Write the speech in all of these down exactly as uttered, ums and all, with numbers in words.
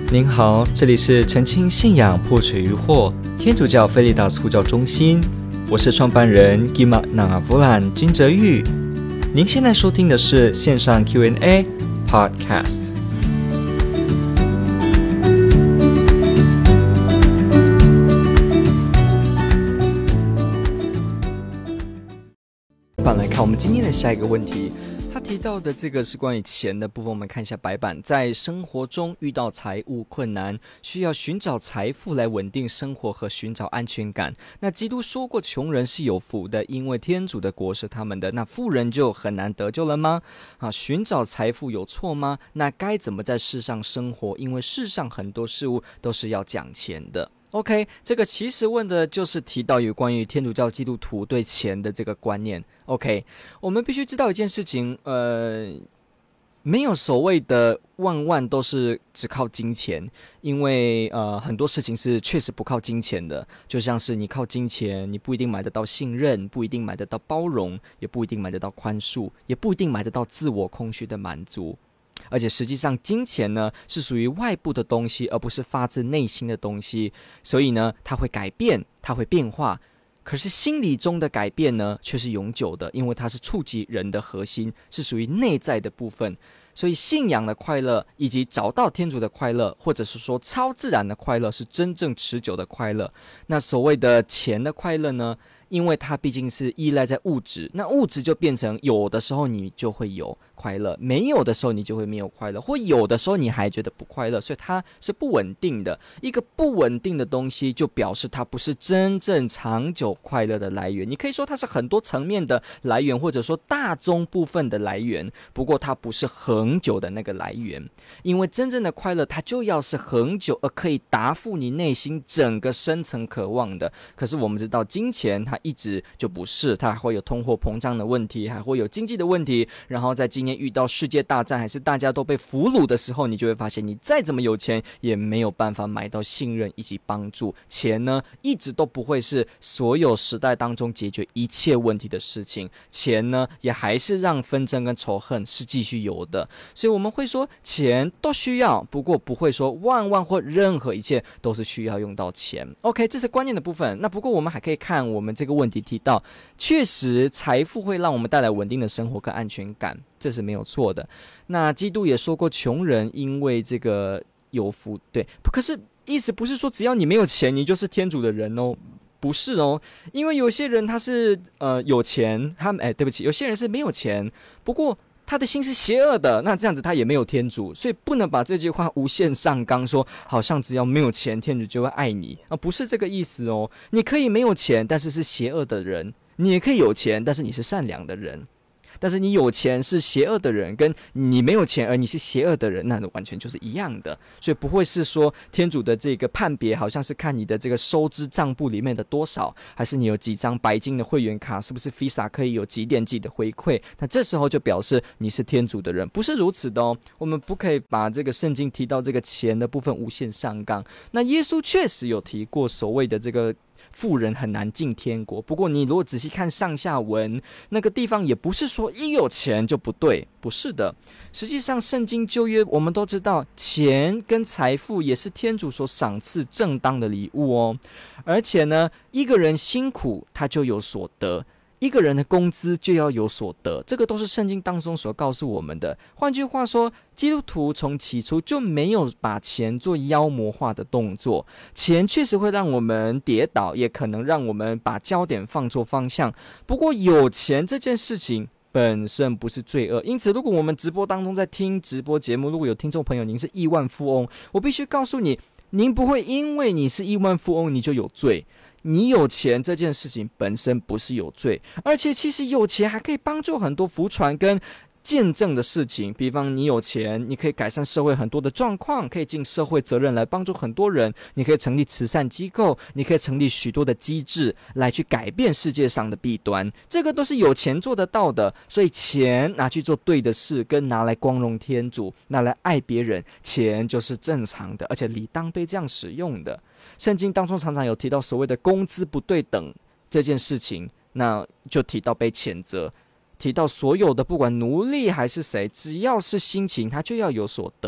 您好，这里是澄清信仰破除疑惑天主教菲利达斯呼叫中心，我是创办人 Gima Nangavulan 金哲玉。您现在收听的是线上 Q and A Podcast。来看我们今天的下一个问题，他提到的这个是关于钱的部分。我们看一下白板，在生活中遇到财务困难，需要寻找财富来稳定生活和寻找安全感。那基督说过穷人是有福的，因为天主的国是他们的。那富人就很难得救了吗？啊，寻找财富有错吗？那该怎么在世上生活？因为世上很多事物都是要讲钱的。OK， 这个其实问的就是提到有关于天主教基督徒对钱的这个观念。OK， 我们必须知道一件事情，呃，没有所谓的万万都是只靠金钱，因为呃很多事情是确实不靠金钱的，就像是你靠金钱，你不一定买得到信任，不一定买得到包容，也不一定买得到宽恕，也不一定买得到自我空虚的满足。而且实际上金钱呢是属于外部的东西，而不是发自内心的东西，所以呢它会改变，它会变化。可是心理中的改变呢却是永久的，因为它是触及人的核心，是属于内在的部分。所以信仰的快乐以及找到天主的快乐，或者是说超自然的快乐，是真正持久的快乐。那所谓的钱的快乐呢，因为它毕竟是依赖在物质，那物质就变成有的时候你就会有快乐，没有的时候你就会没有快乐，或有的时候你还觉得不快乐，所以它是不稳定的。一个不稳定的东西就表示它不是真正长久快乐的来源。你可以说它是很多层面的来源，或者说大中部分的来源，不过它不是恒久的那个来源。因为真正的快乐它就要是恒久，而可以答复你内心整个深层渴望的。可是我们知道金钱它一直就不是，它还会有通货膨胀的问题，还会有经济的问题，然后在今年遇到世界大战还是大家都被俘虏的时候，你就会发现你再怎么有钱也没有办法买到信任以及帮助。钱呢一直都不会是所有时代当中解决一切问题的事情，钱呢也还是让纷争跟仇恨是继续有的。所以我们会说钱都需要，不过不会说万万或任何一切都是需要用到钱。 OK， 这是关键的部分。那不过我们还可以看我们这个问题提到，确实财富会让我们带来稳定的生活跟安全感，这是没有错的。那基督也说过穷人因为这个有福，对，可是意思不是说只要你没有钱你就是天主的人哦，不是哦。因为有些人他是呃有钱，他们哎对不起，有些人是没有钱，不过他的心是邪恶的，那这样子他也没有天主，所以不能把这句话无限上纲，说好像只要没有钱天主就会爱你啊，不是这个意思哦。你可以没有钱但是是邪恶的人，你也可以有钱但是你是善良的人。但是你有钱是邪恶的人，跟你没有钱而你是邪恶的人，那完全就是一样的。所以不会是说天主的这个判别好像是看你的这个收支账簿里面的多少，还是你有几张白金的会员卡，是不是 Visa 可以有几点几的回馈，那这时候就表示你是天主的人，不是如此的哦。我们不可以把这个圣经提到这个钱的部分无限上纲。那耶稣确实有提过所谓的这个富人很难进天国，不过你如果仔细看上下文，那个地方也不是说一有钱就不对，不是的。实际上圣经旧约我们都知道，钱跟财富也是天主所赏赐正当的礼物哦。而且呢，一个人辛苦他就有所得，一个人的工资就要有所得，这个都是圣经当中所告诉我们的。换句话说，基督徒从起初就没有把钱做妖魔化的动作。钱确实会让我们跌倒，也可能让我们把焦点放错方向，不过有钱这件事情本身不是罪恶。因此如果我们直播当中在听直播节目，如果有听众朋友您是亿万富翁，我必须告诉你，您不会因为你是亿万富翁你就有罪。你有钱这件事情本身不是有罪，而且其实有钱还可以帮助很多福传跟见证的事情。比方你有钱，你可以改善社会很多的状况，可以尽社会责任来帮助很多人，你可以成立慈善机构，你可以成立许多的机制来去改变世界上的弊端，这个都是有钱做得到的。所以钱拿去做对的事，跟拿来光荣天主，拿来爱别人，钱就是正常的，而且理当被这样使用的。圣经当中常常有提到所谓的工资不对等这件事情，那就提到被谴责，提到所有的不管奴隶还是谁，只要是辛勤他就要有所得。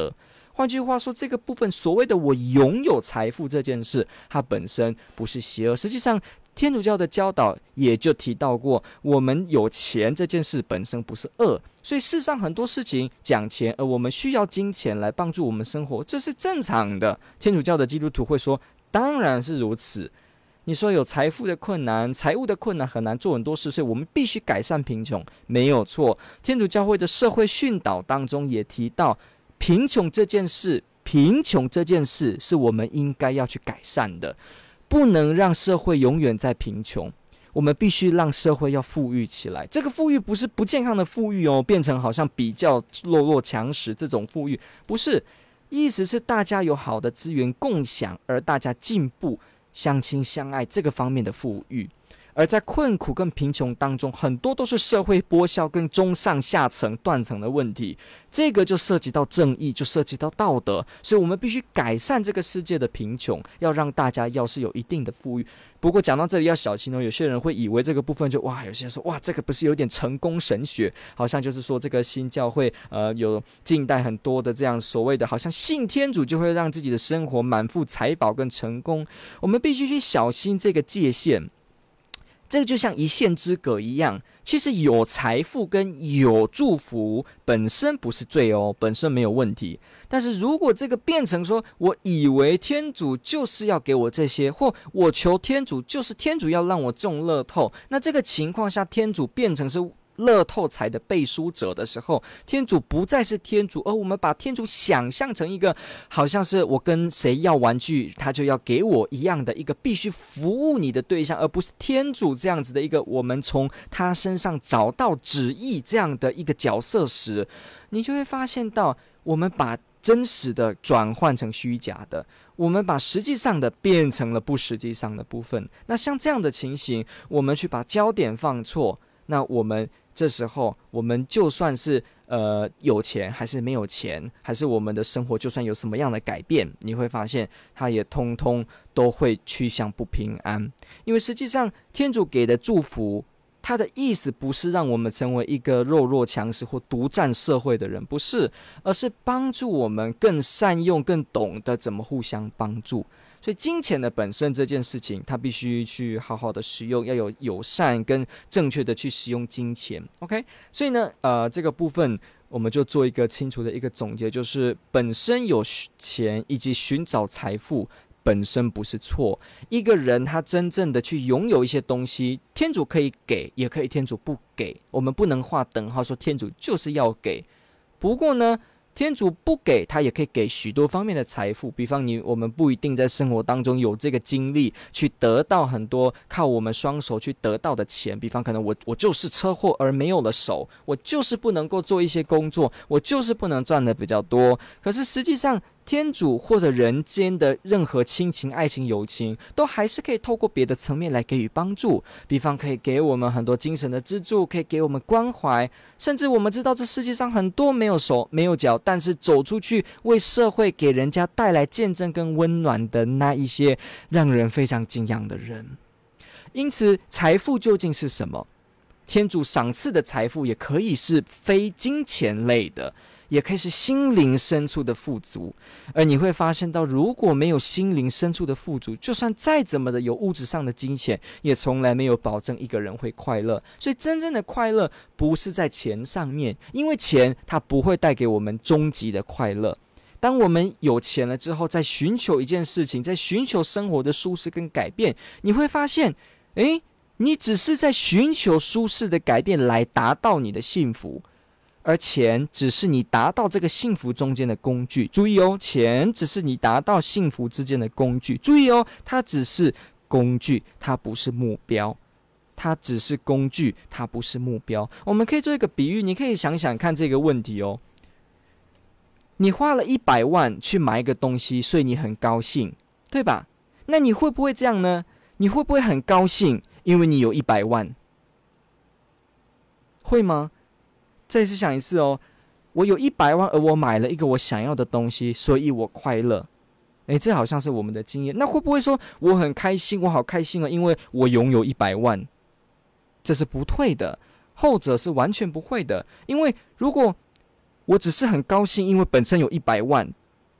换句话说，这个部分所谓的我拥有财富这件事，它本身不是邪恶。实际上，天主教的教导也就提到过，我们有钱这件事本身不是恶，所以世上很多事情讲钱，而我们需要金钱来帮助我们生活，这是正常的。天主教的基督徒会说，当然是如此。你说有财富的困难，财务的困难，很难做很多事，所以我们必须改善贫穷，没有错。天主教会的社会训导当中也提到，贫穷这件事，贫穷这件事是我们应该要去改善的。不能让社会永远在贫穷，我们必须让社会要富裕起来。这个富裕不是不健康的富裕哦，变成好像比较弱肉强食这种富裕，不是，意思是大家有好的资源共享，而大家进步、相亲相爱这个方面的富裕。而在困苦跟贫穷当中，很多都是社会剥削跟中上下层断层的问题，这个就涉及到正义，就涉及到道德，所以我们必须改善这个世界的贫穷，要让大家要是有一定的富裕。不过讲到这里要小心哦，有些人会以为这个部分就哇，有些人说哇，这个不是有点成功神学，好像就是说这个新教会呃有近代很多的这样所谓的好像信天主就会让自己的生活满腹财宝跟成功，我们必须去小心这个界限。这个就像一线之隔一样，其实有财富跟有祝福本身不是罪哦，本身没有问题。但是如果这个变成说，我以为天主就是要给我这些，或我求天主就是天主要让我中乐透，那这个情况下，天主变成是乐透财的背书者的时候，天主不再是天主，而我们把天主想象成一个好像是我跟谁要玩具他就要给我一样的一个必须服务你的对象，而不是天主这样子的一个我们从他身上找到旨意这样的一个角色时，你就会发现到我们把真实的转换成虚假的，我们把实际上的变成了不实际上的部分。那像这样的情形，我们去把焦点放错，那我们这时候我们就算是呃有钱还是没有钱，还是我们的生活就算有什么样的改变，你会发现它也通通都会趋向不平安。因为实际上天主给的祝福，他的意思不是让我们成为一个弱肉强食或独占社会的人，不是，而是帮助我们更善用、更懂得怎么互相帮助。所以金钱的本身这件事情，它必须去好好的使用，要有友善跟正确的去使用金钱。OK， 所以呢，呃，这个部分我们就做一个清楚的一个总结，就是本身有钱以及寻找财富本身不是错，一个人他真正的去拥有一些东西，天主可以给，也可以天主不给，我们不能画等号说天主就是要给。不过呢，天主不给，他也可以给许多方面的财富，比方你我们不一定在生活当中有这个精力去得到很多靠我们双手去得到的钱，比方可能我我就是车祸而没有了手，我就是不能够做一些工作，我就是不能赚的比较多，可是实际上天主或者人间的任何亲情、爱情、友情，都还是可以透过别的层面来给予帮助。比方可以给我们很多精神的支柱，可以给我们关怀，甚至我们知道这世界上很多没有手、没有脚，但是走出去为社会、给人家带来见证跟温暖的那一些让人非常敬仰的人。因此，财富究竟是什么？天主赏赐的财富也可以是非金钱类的，也可以是心灵深处的富足。而你会发现到，如果没有心灵深处的富足，就算再怎么的有物质上的金钱，也从来没有保证一个人会快乐。所以真正的快乐不是在钱上面，因为钱它不会带给我们终极的快乐。当我们有钱了之后，在寻求一件事情，在寻求生活的舒适跟改变，你会发现诶，你只是在寻求舒适的改变来达到你的幸福，而钱只是你达到这个幸福中间的工具。注意哦，钱只是你达到幸福之间的工具。注意哦，它只是工具，它不是目标。它只是工具，它不是目标。我们可以做一个比喻，你可以想想看这个问题哦。你花了一百万去买一个东西，所以你很高兴，对吧？那你会不会这样呢？你会不会很高兴，因为你有一百万？会吗？再次想一次哦，我有一百万，而我买了一个我想要的东西，所以我快乐。诶，这好像是我们的经验。那会不会说我很开心，我好开心啊，因为我拥有一百万？这是不对的，后者是完全不会的。因为如果我只是很高兴，因为本身有一百万，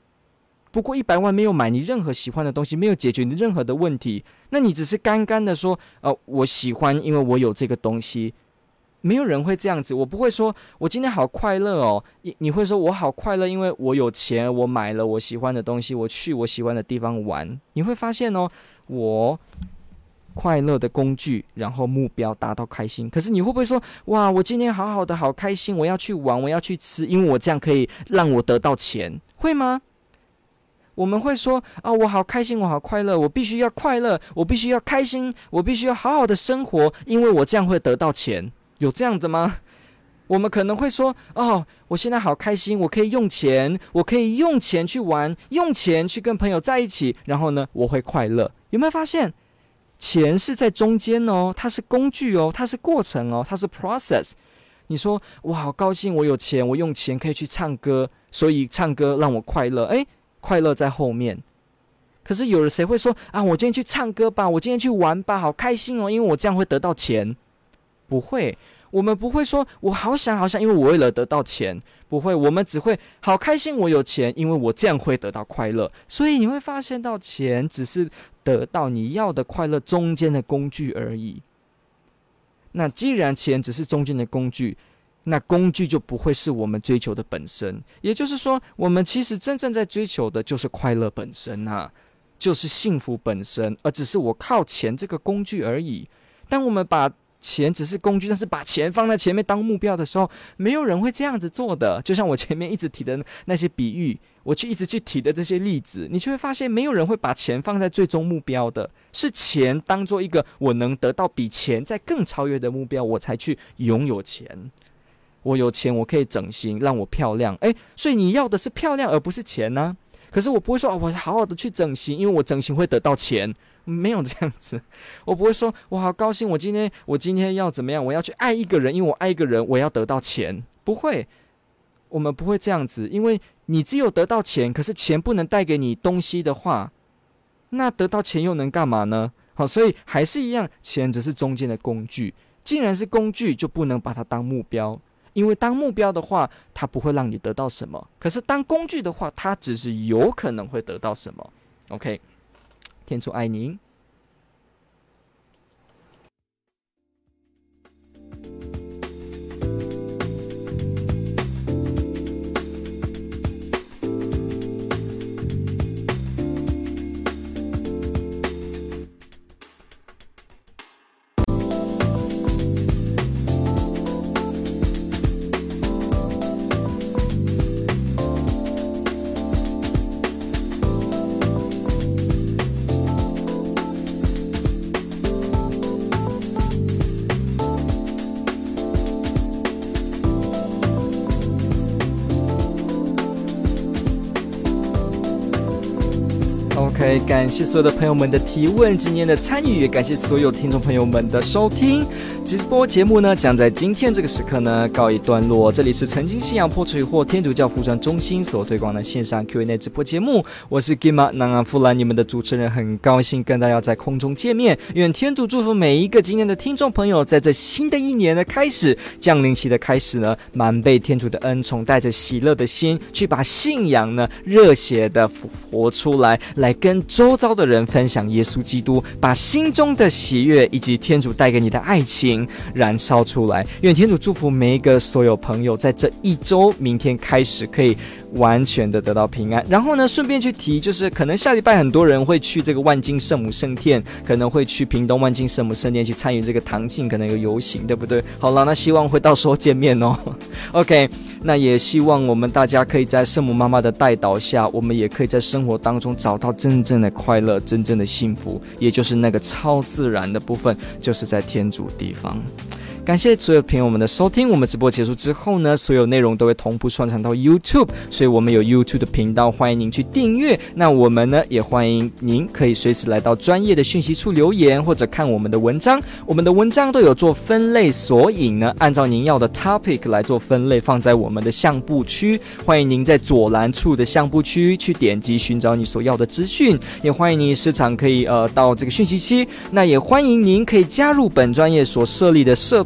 不过一百万没有买你任何喜欢的东西，没有解决你任何的问题，那你只是干干的说，呃，我喜欢，因为我有这个东西。没有人会这样子，我不会说我今天好快乐哦，你你会说我好快乐，因为我有钱，我买了我喜欢的东西，我去我喜欢的地方玩。你会发现哦，我快乐的工具，然后目标达到开心。可是你会不会说，哇，我今天好好的，好开心，我要去玩，我要去吃，因为我这样可以让我得到钱，会吗？我们会说啊，我好开心，我好快乐，我必须要快乐，我必须要开心，我必须要好好的生活，因为我这样会得到钱。有这样的吗？我们可能会说，哦，我现在好开心，我可以用钱，我可以用钱去玩，用钱去跟朋友在一起，然后呢，我会快乐。有没有发现，钱是在中间哦，它是工具哦，它是过程哦，它是 process。你说我好高兴，我有钱，我用钱可以去唱歌，所以唱歌让我快乐。诶，快乐在后面。可是有人谁会说啊，我今天去唱歌吧，我今天去玩吧，好开心哦，因为我这样会得到钱。不会，我们不会说我好想好想，因为我为了得到钱。不会，我们只会好开心我有钱，因为我这样会得到快乐。所以你会发现到钱只是得到你要的快乐中间的工具而已。那既然钱只是中间的工具，那工具就不会是我们追求的本身。也就是说，我们其实真正在追求的就是快乐本身啊，就是幸福本身，而只是我靠钱这个工具而已。当我们把钱只是工具，但是把钱放在前面当目标的时候，没有人会这样子做的。就像我前面一直提的那些比喻，我去一直去提的这些例子，你就会发现没有人会把钱放在最终目标的，是钱当做一个我能得到比钱再更超越的目标，我才去拥有钱。我有钱，我可以整形，让我漂亮。诶，所以你要的是漂亮，而不是钱啊。可是我不会说，哦，我好好的去整形，因为我整形会得到钱。没有这样子，我不会说我好高兴，我今天我今天要怎么样，我要去爱一个人，因为我爱一个人，我要得到钱。不会，我们不会这样子，因为你只有得到钱，可是钱不能带给你东西的话，那得到钱又能干嘛呢？好，所以还是一样，钱只是中间的工具。既然是工具，就不能把它当目标，因为当目标的话，它不会让你得到什么；可是当工具的话，它只是有可能会得到什么。OK。天主爱您。OK， 感谢所有的朋友们的提问，今天的参与，也感谢所有听众朋友们的收听。直播节目呢，将在今天这个时刻呢告一段落。这里是澄清信仰破除疑惑天主教福传中心所推广的线上 Q and A 直播节目，我是 Gima 南安富兰，你们的主持人，很高兴跟大家在空中见面。愿天主祝福每一个今天的听众朋友，在这新的一年的开始，降临期的开始呢，满被天主的恩宠，带着喜乐的心，去把信仰呢热血的活出来，来跟周遭的人分享耶稣基督，把心中的喜悦以及天主带给你的爱情燃烧出来。愿天主祝福每一个所有朋友，在这一周明天开始可以完全的得到平安。然后呢，顺便去提，就是可能下礼拜很多人会去这个万金圣母圣殿，可能会去屏东万金圣母圣殿去参与这个堂庆，可能有游行，对不对？好了，那希望会到时候见面哦。OK， 那也希望我们大家可以在圣母妈妈的带导下，我们也可以在生活当中找到真正的快乐，真正的幸福，也就是那个超自然的部分，就是在天主地方。感谢所有朋友们的收听，我们直播结束之后呢，所有内容都会同步上传到 YouTube， 所以我们有 YouTube 的频道，欢迎您去订阅。那我们呢，也欢迎您可以随时来到专业的讯息处留言，或者看我们的文章。我们的文章都有做分类索引呢，按照您要的 topic 来做分类，放在我们的相簿区。欢迎您在左栏处的相簿区去点击寻找你所要的资讯，也欢迎您时常可以呃到这个讯息区。那也欢迎您可以加入本专业所设立的社团。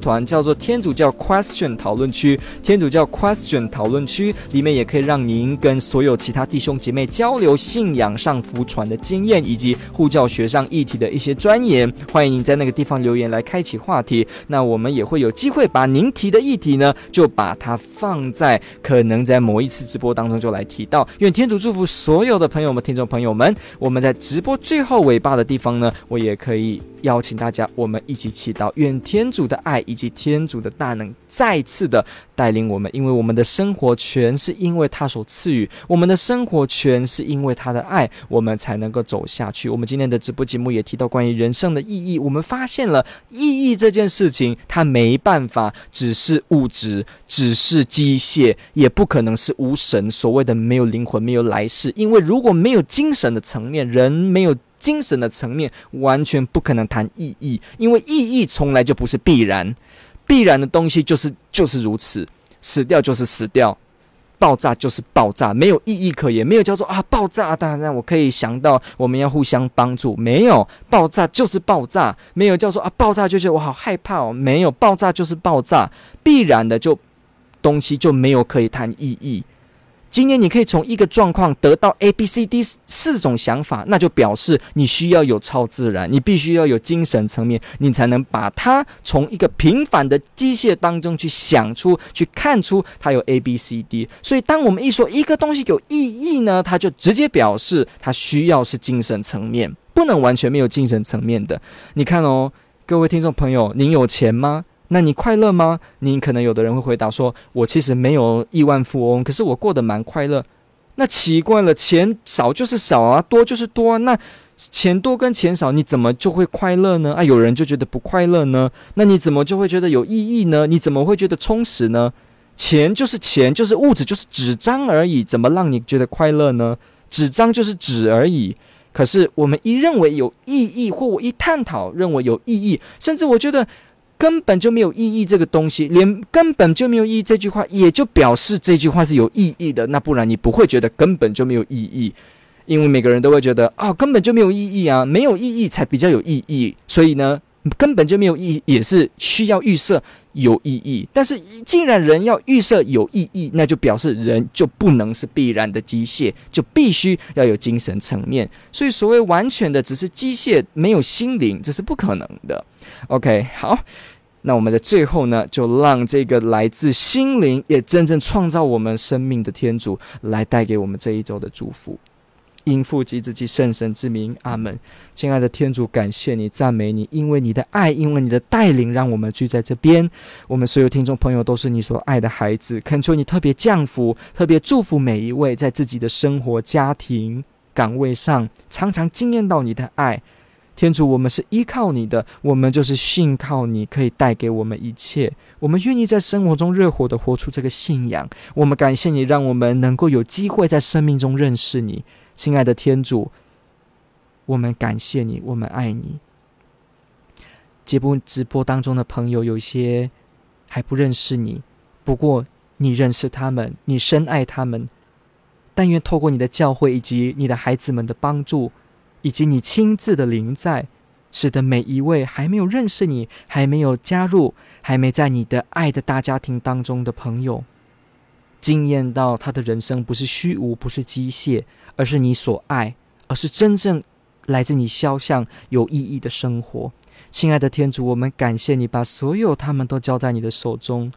团，叫做天主教 Question 讨论区。天主教 Question 讨论区里面也可以让您跟所有其他弟兄姐妹交流信仰上福传的经验，以及护教学上议题的一些专研。欢迎您在那个地方留言来开启话题。那我们也会有机会把您提的议题呢，就把它放在可能在某一次直播当中就来提到。愿天主祝福所有的朋友们、听众朋友们。我们在直播最后尾巴的地方呢，我也可以邀请大家，我们一起祈祷，愿天主的爱以及天主的大能再次的带领我们，因为我们的生活全是因为他所赐予，我们的生活全是因为他的爱，我们才能够走下去。我们今天的直播节目也提到关于人生的意义，我们发现了意义这件事情，它没办法只是物质，只是机械，也不可能是无神，所谓的没有灵魂，没有来世。因为如果没有精神的层面，人没有精神的层面，完全不可能谈意义，因为意义从来就不是必然，必然的东西就是就是如此，死掉就是死掉，爆炸就是爆炸，没有意义可言，没有叫做啊爆炸，当然我可以想到我们要互相帮助，没有，爆炸就是爆炸，没有叫做啊爆炸就觉得我好害怕哦，没有，爆炸就是爆炸，必然的就东西就没有可以谈意义。今天你可以从一个状况得到 A、B、C、D 四种想法，那就表示你需要有超自然，你必须要有精神层面，你才能把它从一个平凡的机械当中去想出、去看出它有 A、B、C、D。所以，当我们一说一个东西有意义呢，它就直接表示它需要是精神层面，不能完全没有精神层面的。你看哦，各位听众朋友，您有钱吗？那你快乐吗？你可能有的人会回答说，我其实没有亿万富翁，可是我过得蛮快乐。那奇怪了，钱少就是少啊，多就是多啊，那钱多跟钱少你怎么就会快乐呢？啊，有人就觉得不快乐呢，那你怎么就会觉得有意义呢？你怎么会觉得充实呢？钱就是钱，就是物质，就是纸张而已，怎么让你觉得快乐呢？纸张就是纸而已。可是我们一认为有意义，或我一探讨认为有意义，甚至我觉得根本就没有意义这个东西，连根本就没有意义这句话也就表示这句话是有意义的，那不然你不会觉得根本就没有意义，因为每个人都会觉得啊、哦、根本就没有意义啊，没有意义才比较有意义，所以呢根本就没有意义也是需要预设有意义。但是既然人要预设有意义，那就表示人就不能是必然的机械，就必须要有精神层面。所以所谓完全的只是机械没有心灵，这是不可能的。 OK， 好，那我们在最后呢，就让这个来自心灵也真正创造我们生命的天主来带给我们这一周的祝福。因父及子及圣神之名，阿们。亲爱的天主，感谢你，赞美你，因为你的爱，因为你的带领，让我们聚在这边。我们所有听众朋友都是你所爱的孩子，恳求你特别降福，特别祝福每一位在自己的生活、家庭、岗位上常常经验到你的爱。天主，我们是依靠你的，我们就是信靠你，可以带给我们一切。我们愿意在生活中热火地活出这个信仰。我们感谢你，让我们能够有机会在生命中认识你。亲爱的天主，我们感谢你，我们爱你。节目直播当中的朋友有些还不认识你，不过你认识他们，你深爱他们。但愿透过你的教会以及你的孩子们的帮助，以及你亲自的临在，使得每一位还没有认识你，还没有加入，还没在你的爱的大家庭当中的朋友，经验到他的人生不是虚无，不是机械，而是你所爱，而是真正来自你肖像有意义的生活。亲爱的天主，我们感谢你把所有他们都交在你的手中。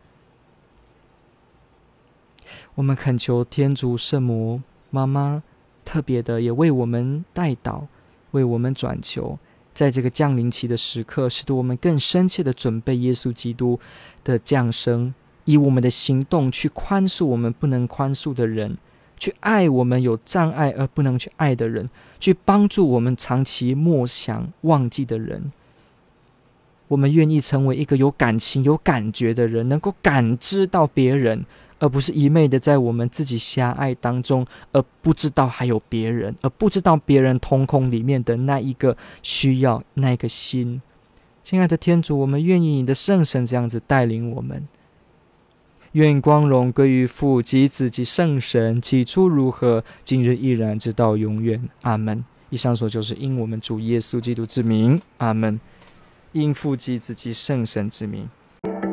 我们恳求天主圣母妈妈特别的也为我们代祷，为我们转求，在这个降临期的时刻，使得我们更深切的准备耶稣基督的降生，以我们的行动去宽恕我们不能宽恕的人，去爱我们有障碍而不能去爱的人，去帮助我们长期默想忘记的人。我们愿意成为一个有感情有感觉的人，能够感知到别人，而不是一昧的在我们自己狭隘当中，而不知道还有别人，而不知道别人瞳孔里面的那一个需要，那一个心。亲爱的天主，我们愿意你的圣神这样子带领我们。愿光荣归于父及子及圣神，起初如何，今日依然，直到永远。阿们。以上所就是因我们主耶稣基督之名。阿们。因父及子及圣神之名。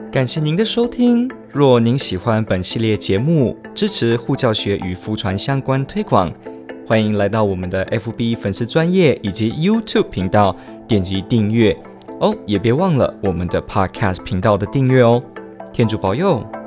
感谢您的收听。若您喜欢本系列节目，支持护教学与福传相关推广，欢迎来到我们的 F B 粉丝专页以及 YouTube 频道点击订阅哦，也别忘了我们的 Podcast 频道的订阅哦。天主保佑。